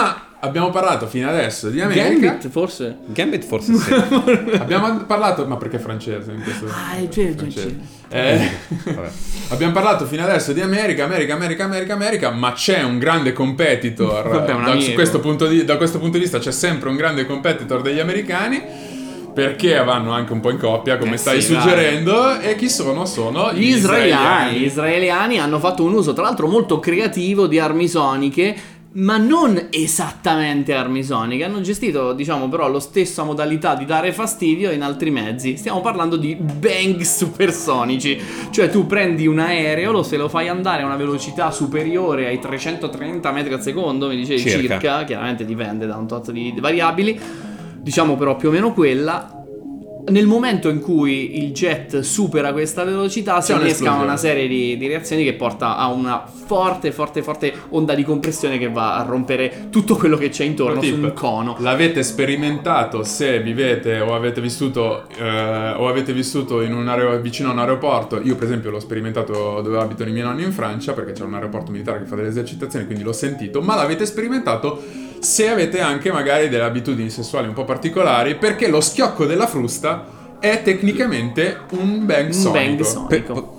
abbiamo parlato fino adesso di America. Gambit, forse? Gambit forse sì. Abbiamo parlato, ma perché è francese in questo Ah, è vero, francese. è Eh, abbiamo parlato fino adesso di America, America, America, America, America, ma c'è un grande competitor. Vabbè, un da, amico. su questo punto di, da questo punto di vista c'è sempre un grande competitor degli americani, perché vanno anche un po' in coppia, come Eh stai sì, suggerendo. E chi sono? Sono Gli israeliani. Gli israeliani hanno fatto un uso, tra l'altro, molto creativo di armi soniche, ma non esattamente armi soniche. Hanno gestito, diciamo, però la stessa modalità di dare fastidio in altri mezzi. Stiamo parlando di bang supersonici. Cioè tu prendi un aereo, lo se lo fai andare a una velocità superiore ai trecentotrenta metri al secondo, mi dicevi circa, Circa. chiaramente dipende da un tot di variabili, diciamo però più o meno quella. Nel momento in cui il jet supera questa velocità si innesca un'esplosione. una serie di, di reazioni che porta a una forte, forte, forte onda di compressione che va a rompere tutto quello che c'è intorno su un cono. L'avete sperimentato se vivete o avete vissuto eh, o avete vissuto in un aereo, vicino a un aeroporto. Io per esempio l'ho sperimentato dove abitano i miei nonni in Francia, perché c'è un aeroporto militare che fa delle esercitazioni, quindi l'ho sentito. Ma l'avete sperimentato se avete anche magari delle abitudini sessuali un po' particolari, perché lo schiocco della frusta è tecnicamente un bang Un sonico. bang Pe- sonico. po-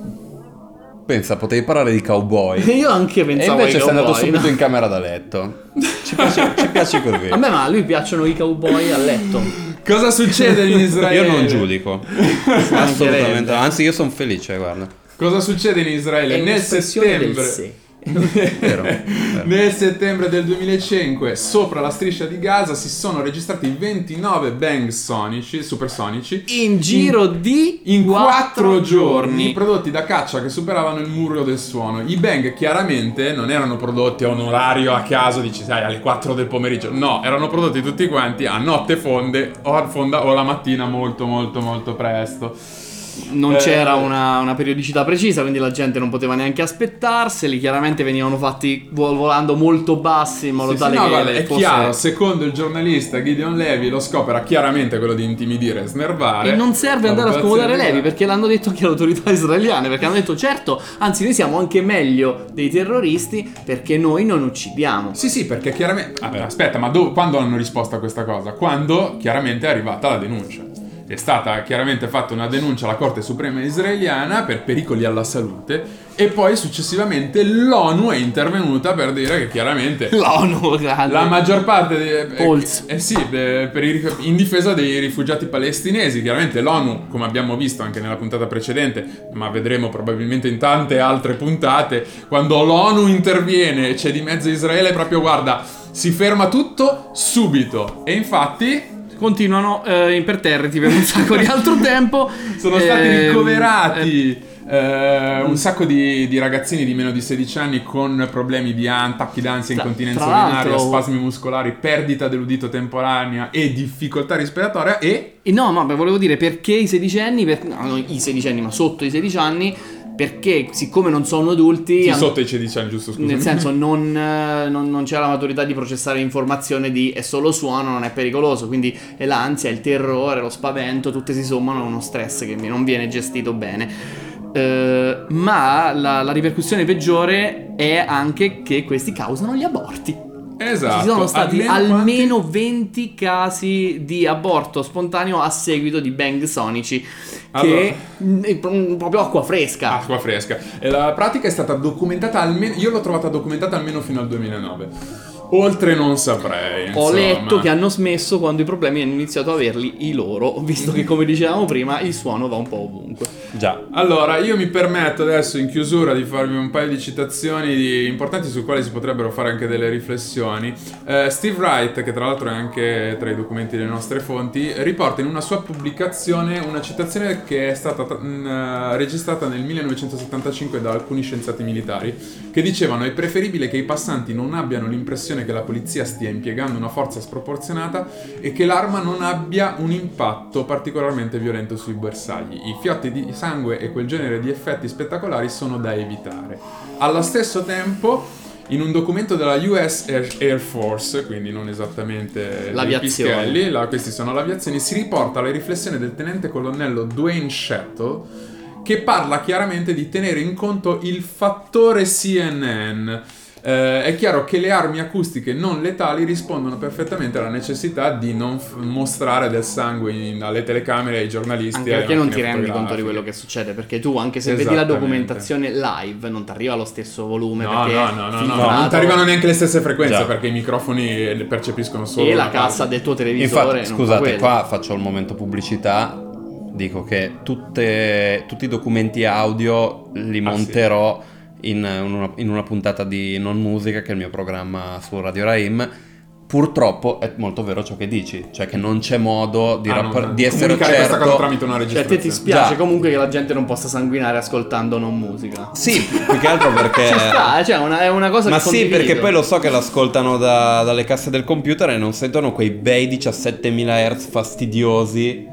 pensa, potevi parlare di cowboy. Io anche E pensavo invece ai sei andato cowboy, subito no? in camera da letto. Ci piace, ci piace così. A me ma a lui piacciono i cowboy a letto. Cosa succede in Israele? Io non giudico. Assolutamente. no. Anzi, io sono felice, guarda. Cosa succede in Israele? È Nel un'espressione del settembre sé. Vero, vero. Nel settembre del duemilacinque, sopra la striscia di Gaza si sono registrati ventinove bang sonici, supersonici, In giro di in quattro quattro giorni, prodotti da caccia che superavano il muro del suono. I bang chiaramente non erano prodotti a un orario a caso, dici sai alle quattro del pomeriggio, no, erano prodotti tutti quanti a notte fonde o, a fonda, o la mattina molto molto molto presto. Non Eh, c'era una, una periodicità precisa, quindi la gente non poteva neanche aspettarseli. Chiaramente venivano fatti vol- volando molto bassi in modo Sì, sì, tale no, che guarda, è fosse... chiaro, secondo il giornalista Gideon Levy lo scopo era chiaramente quello di intimidire e snervare. E non serve la andare a popolazione scomodare Levi, israeliana. perché l'hanno detto anche le autorità israeliane, perché hanno detto certo, anzi noi siamo anche meglio dei terroristi perché noi non uccidiamo. Sì, sì, perché chiaramente... Ah, aspetta, ma do- quando hanno risposto a questa cosa? Quando chiaramente è arrivata la denuncia. È stata chiaramente fatta una denuncia alla Corte Suprema israeliana per pericoli alla salute e poi successivamente l'ONU è intervenuta per dire che chiaramente L'ONU, grande. la maggior parte di, Polls. eh, eh sì, eh, per i rif- in difesa dei rifugiati palestinesi. Chiaramente l'ONU, come abbiamo visto anche nella puntata precedente, ma vedremo probabilmente in tante altre puntate, quando l'ONU interviene e c'è di mezzo Israele, proprio guarda, si ferma tutto subito. E infatti Continuano eh, imperterriti per un sacco di altro tempo. sono stati Ehm, ricoverati eh, un sacco di, di ragazzini di meno di sedici anni con problemi di an- attacchi d'ansia, Tra- incontinenza tra urinaria, l'altro- spasmi muscolari, perdita dell'udito temporanea e difficoltà respiratoria. E E no, ma beh, volevo dire perché i sedicenni, per... no, non i sedicenni, ma sotto i sedici anni, perché siccome non sono adulti, sì, han- sotto i sedici anni, giusto, scusa. nel senso non, eh, non, non c'è la maturità di processare informazione di è solo suono, non è pericoloso, quindi è l'ansia, il terrore, lo spavento, tutte si sommano a uno stress che non viene gestito bene. Eh, ma la, la ripercussione peggiore è anche che questi causano gli aborti. Esatto. Ci sono stati Almeno almeno venti casi di aborto spontaneo a seguito di bang sonici, che è proprio acqua fresca. acqua fresca. E la pratica è stata documentata almeno, io l'ho trovata documentata almeno fino al duemilanove. Oltre non saprei, Ho insomma. letto che hanno smesso quando i problemi hanno iniziato a averli i loro, visto che come dicevamo prima il suono va un po' ovunque. Già. Allora, io mi permetto adesso in chiusura di farvi un paio di citazioni di- importanti su quali si potrebbero fare anche delle riflessioni. Eh, Steve Wright, che tra l'altro è anche tra i documenti delle nostre fonti, riporta in una sua pubblicazione una citazione che è stata mh, registrata nel millenovecentosettantacinque da alcuni scienziati militari, che dicevano: è preferibile che i passanti non abbiano l'impressione che la polizia stia impiegando una forza sproporzionata e che l'arma non abbia un impatto particolarmente violento sui bersagli. I fiotti di sangue e quel genere di effetti spettacolari sono da evitare. Allo stesso tempo, in un documento della U S Air, Air Force, quindi non esattamente dei L'aviazione. pischelli, là, questi sono l'aviazione, si riporta la riflessione del tenente colonnello Dwayne Shettle, che parla chiaramente di tenere in conto il fattore C N N. eh, è chiaro che le armi acustiche non letali rispondono perfettamente alla necessità di non f- mostrare del sangue in- alle telecamere, ai giornalisti. Anche alle perché non ti macchine rendi conto di fotografiche. quello che succede, perché tu anche se vedi la documentazione live non ti arriva lo stesso volume, No, perché no, no, no, no, filtrato, non ti arrivano neanche le stesse frequenze Già. perché i microfoni le percepiscono solo e la una cassa parte. del tuo televisore. Infatti, non fa scusate, quello. qua faccio il momento pubblicità. Dico che tutte, tutti i documenti audio li Ah, monterò in, una, in una puntata di Non Musica, che è il mio programma su Radio Raim. Purtroppo è molto vero ciò che dici, cioè che non c'è modo di, Ah, rappor- non- di essere comunicare questa cosa certo. tramite una Cioè, a registrazione. te ti spiace Già. comunque che la gente non possa sanguinare ascoltando non musica. Sì, più che altro perché... Ci sta, cioè, una- è una cosa Ma che sì, condivido. perché poi lo so che l'ascoltano da- dalle casse del computer e non sentono quei bei diciassettemila hertz fastidiosi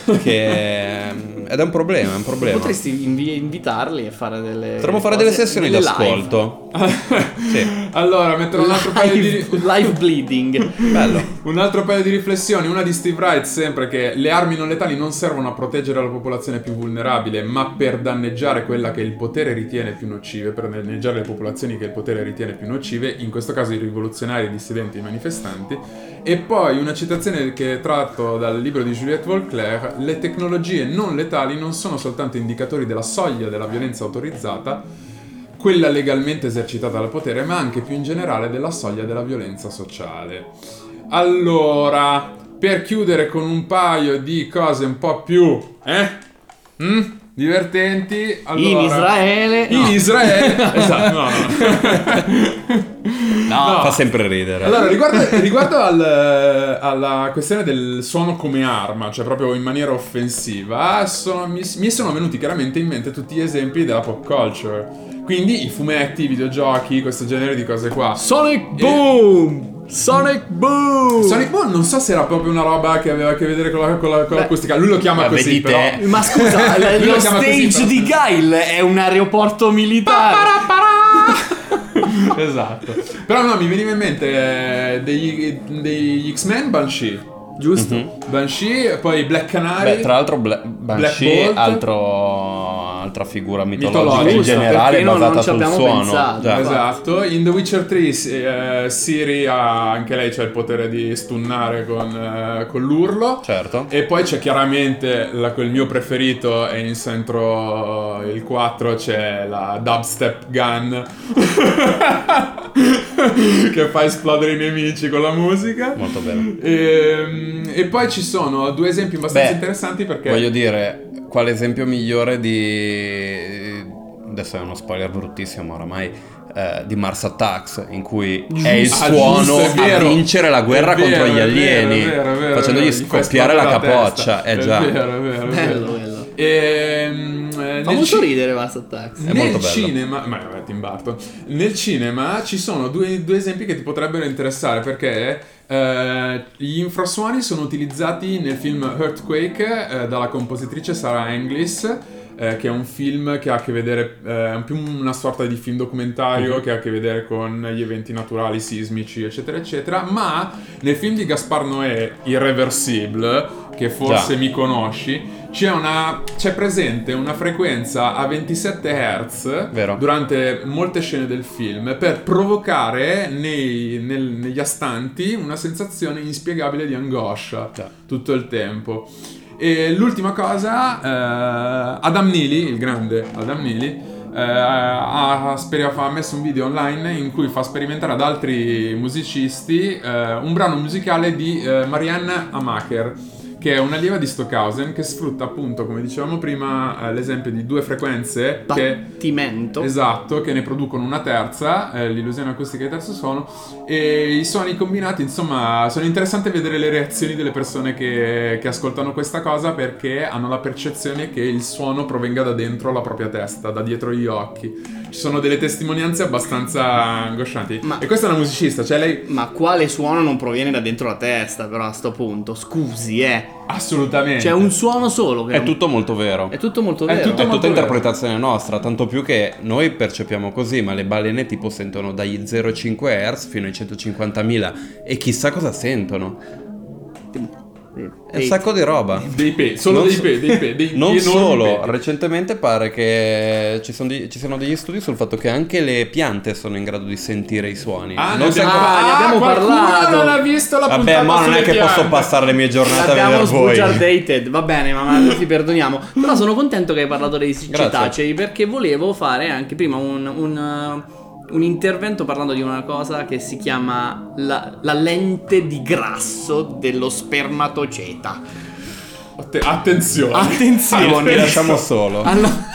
che... ed è un problema, è un problema. Potresti invi- invitarli e fare delle Potremmo fare cose- delle sessioni delle d'ascolto. Sì. Allora, metterò un altro paio live, di... live bleeding. Bello. Un altro paio di riflessioni, una di Steve Wright sempre, che le armi non letali non servono a proteggere la popolazione più vulnerabile, ma per danneggiare quella che il potere ritiene più nocive, per danneggiare le popolazioni che il potere ritiene più nocive, in questo caso i rivoluzionari, i dissidenti, i manifestanti. E poi una citazione che tratto dal libro di Juliette Volclair: le tecnologie non letali non sono soltanto indicatori della soglia della violenza autorizzata, quella legalmente esercitata dal potere, ma anche più in generale della soglia della violenza sociale. Allora, per chiudere con un paio di cose un po' più eh? Mm? divertenti, allora, In Israele. in no. Israele, esatto, no, no. No, No. fa sempre ridere. Allora, riguardo, riguardo al- alla questione del suono come arma, cioè proprio in maniera offensiva, sono- mi, mi sono venuti chiaramente in mente tutti gli esempi della pop culture. Quindi i fumetti, i videogiochi, questo genere di cose qua. Sonic Boom! Sonic Boom! Sonic Boom non so se era proprio una roba che aveva a che vedere con la- con la- con Beh, l'acustica. Lui lo chiama beh, così, vedi però. te. Ma scusa, l- Lui lo lo chiama stage così, però. di Guile è un aeroporto militare. Esatto. Però no, mi veniva in mente eh, degli, degli X-Men, Banshee. Giusto? Mhm. Banshee, poi Black Canary. Beh, tra l'altro Bla- Banshee, Bolt. altro, altra figura mitologica Mitologica, in generale perché non- basata non ci sul abbiamo suono. pensato. Già. Esatto, in The Witcher tre eh, Siri ha, anche lei c'ha il potere di stunnare con, eh, con l'urlo. Certo. E poi c'è chiaramente la, quel mio preferito, è in Centro il quattro, c'è la dubstep gun che fa esplodere i nemici con la musica. Molto bene. E, e poi ci sono due esempi abbastanza Beh, interessanti perché Voglio dire, quale esempio migliore di... Adesso è uno spoiler bruttissimo oramai, eh, di Mars Attacks, in cui è il Ah, suono giusto, è a vero. vincere la guerra È vero, contro gli è vero, alieni, è vero, è vero, facendogli è vero, gli fa scoppiare la esplodere capoccia. testa. Eh già. È vero, è vero, è Bello, vero. bello. Ehm, eh, Fa nel molto ci- ridere Mars Attacks. È nel molto bello. cinema, ma vabbè, Tim Burton. Nel cinema ci sono due, due esempi che ti potrebbero interessare perché eh, gli infrasuoni sono utilizzati nel film Earthquake eh, dalla compositrice Sarah Anglis. Eh, che è un film che ha a che vedere, eh, è più una sorta di film documentario Mhm. che ha a che vedere con gli eventi naturali, sismici, eccetera, eccetera. Ma nel film di Gaspar Noé, Irreversible, che forse Già. mi conosci, c'è, una, c'è presente una frequenza a ventisette hertz Vero. durante molte scene del film per provocare nei- nel- negli astanti una sensazione inspiegabile di angoscia Già. tutto il tempo. E l'ultima cosa, eh, Adam Neely, il grande Adam Neely, eh, ha, speri- ha messo un video online in cui fa sperimentare ad altri musicisti eh, un brano musicale di eh, Marianne Amaker, che è un'allieva di Stockhausen che sfrutta appunto, come dicevamo prima, eh, l'esempio di due frequenze che Battimento. esatto, che ne producono una terza, eh, l'illusione acustica di terzo suono, e i suoni combinati, insomma, sono interessante vedere le reazioni delle persone che, che ascoltano questa cosa, perché hanno la percezione che il suono provenga da dentro la propria testa, da dietro gli occhi. Ci sono delle testimonianze abbastanza angoscianti. Ma- E questa è una musicista, cioè lei Ma quale suono non proviene da dentro la testa, però a sto punto? Scusi, eh. assolutamente... C'è un suono solo che È tutto molto vero. È tutto molto È vero. tutto È molto tutta vero. interpretazione nostra, tanto più che noi percepiamo così, ma le balene tipo sentono dagli zero virgola cinque hertz fino ai centocinquantamila e chissà cosa sentono. È un sacco di roba. Dei pe, solo Non dei so- pe, dei pe, dei Non enormi solo, pe. recentemente pare che ci, sono di- ci siano degli studi sul fatto che anche le piante sono in grado di sentire i suoni. Ah, non ne so- abbiamo, Ah, ne abbiamo qualcuno parlato. non ha visto la Vabbè, puntata ma non sulle è che piante. posso passare le mie giornate a Abbiamo vedere voi. sbugiardated, va bene, ma, ma ti perdoniamo. Però sono contento che hai parlato dei Grazie. cetacei, perché volevo fare anche prima un, un, uh, un intervento parlando di una cosa che si chiama la, la lente di grasso dello spermatoceta. Atte- attenzione. Attenzione. Ti lasciamo solo. Allora...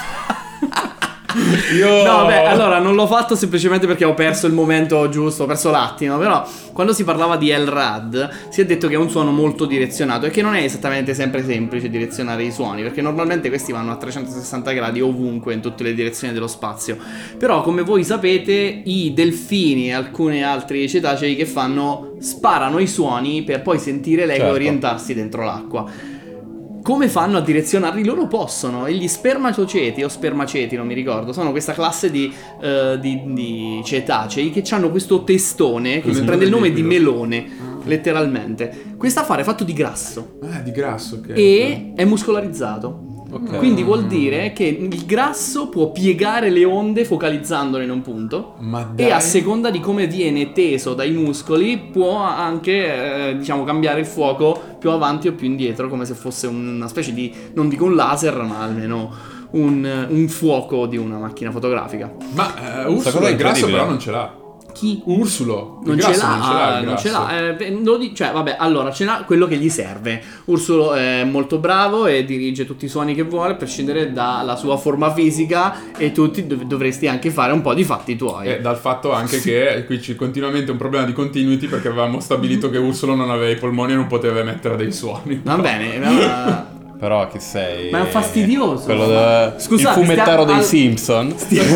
Io... No, beh, allora non l'ho fatto semplicemente perché ho perso il momento giusto, ho perso l'attimo. Però quando si parlava di L R A D si è detto che è un suono molto direzionato e che non è esattamente sempre semplice direzionare i suoni, perché normalmente questi vanno a trecentosessanta gradi ovunque, in tutte le direzioni dello spazio. Però come voi sapete i delfini e alcuni altri cetacei che fanno sparano i suoni per poi sentire l'eco Certo. e orientarsi dentro l'acqua. Come fanno a direzionarli? Loro possono. E gli spermatoceti o spermaceti, non mi ricordo, sono questa classe di, eh, di, di cetacei che hanno questo testone che Così, prende il nome di liquido. melone, letteralmente. Questo affare è fatto di grasso Ah, di grasso, ok. e è muscolarizzato. Ok. Quindi vuol dire che il grasso può piegare le onde focalizzandole in un punto. Ma dai. E a seconda di come viene teso dai muscoli può anche, eh, diciamo, cambiare il fuoco più avanti o più indietro, come se fosse una specie di, non dico un laser, ma almeno un, un fuoco di una macchina fotografica. Ma eh, Questa Ursulo cosa è il grasso incredibile. però non ce l'ha. Chi? Ursulo. il Non ce grasso l'ha, non ce l'ha, il non ce grasso. l'ha, eh, beh, lo di- cioè vabbè, allora ce n'ha quello che gli serve. Ursulo è molto bravo e dirige tutti i suoni che vuole, a prescindere dalla sua forma fisica, e tu ti dov- dovresti anche fare un po' di fatti tuoi. E dal fatto anche che qui c'è continuamente un problema di continuity perché avevamo stabilito che Ursulo non aveva i polmoni e non poteva emettere dei suoni. Va bene, ma... Però chi sei? Ma è un fastidioso. Quello da... Scusate, il fumettaro stiamo- dei al- Simpson.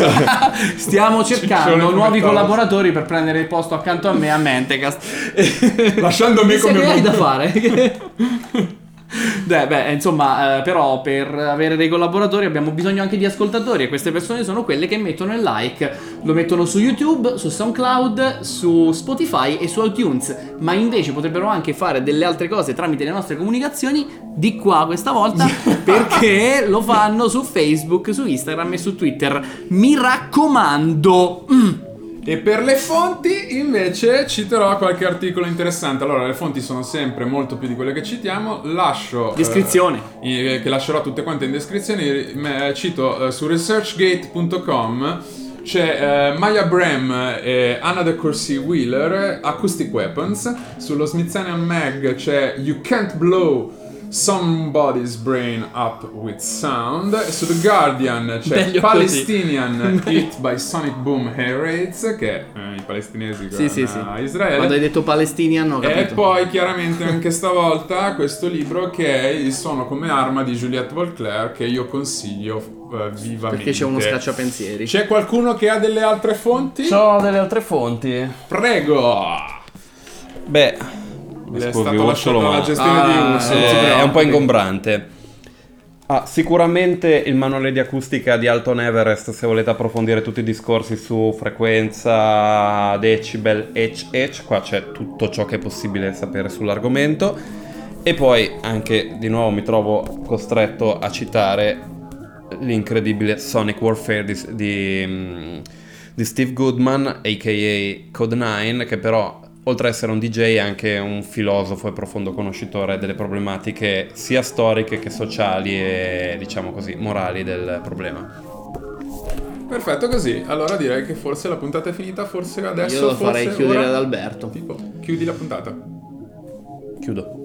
Stiamo cercando Ciccione nuovi fumettaro. collaboratori per prendere il posto accanto a me a Mentecast. Lasciando me Sai come che hai mon- da fare? Beh, beh, insomma, eh, però per avere dei collaboratori abbiamo bisogno anche di ascoltatori, e queste persone sono quelle che mettono il like, lo mettono su YouTube, su SoundCloud, su Spotify e su iTunes, ma invece potrebbero anche fare delle altre cose tramite le nostre comunicazioni di qua questa volta, perché lo fanno su Facebook, su Instagram e su Twitter. Mi raccomando. Mm. E per le fonti invece citerò qualche articolo interessante. Allora, le fonti sono sempre molto più di quelle che citiamo. Lascio Descrizione. eh, che lascerò tutte quante in descrizione. Me- Cito eh, su researchgate punto com. C'è eh, Maya Brem e Anna de Courcy Wheeler, Acoustic Weapons. Sullo Smithsonian Mag c'è You Can't Blow Somebody's Brain Up with Sound. Su The Guardian c'è Meglio Palestinian Hit by Sonic Boom Air Raids, che eh, i palestinesi Sì, sì, sì. a Israele. Quando hai detto Palestinian ho E capito. poi chiaramente anche stavolta questo libro che è Il suono come arma di Juliette Volclair, che io consiglio eh, vivamente. Perché c'è uno scacciapensieri. C'è qualcuno che ha delle altre fonti? Ho delle altre fonti. Prego! Beh, Le è scusi, stata Ursulo, lasciata la ma- gestione Ah, di eh, Ursulo. non si Eh, è un po' preoccupi. ingombrante. Ah, sicuramente il manuale di acustica di Alton Everest, se volete approfondire tutti i discorsi su frequenza, decibel, H H, qua c'è tutto ciò che è possibile sapere sull'argomento. E poi anche, di nuovo, mi trovo costretto a citare l'incredibile Sonic Warfare di, di, mm, di Steve Goodman, a k a. Code nine, che però, oltre ad essere un D J, è anche un filosofo e profondo conoscitore delle problematiche sia storiche che sociali e, diciamo così, morali del problema. Perfetto così. Allora direi che forse la puntata è finita, forse adesso Io lo farei forse chiudere ora- ad Alberto. Tipo, chiudi la puntata. Chiudo.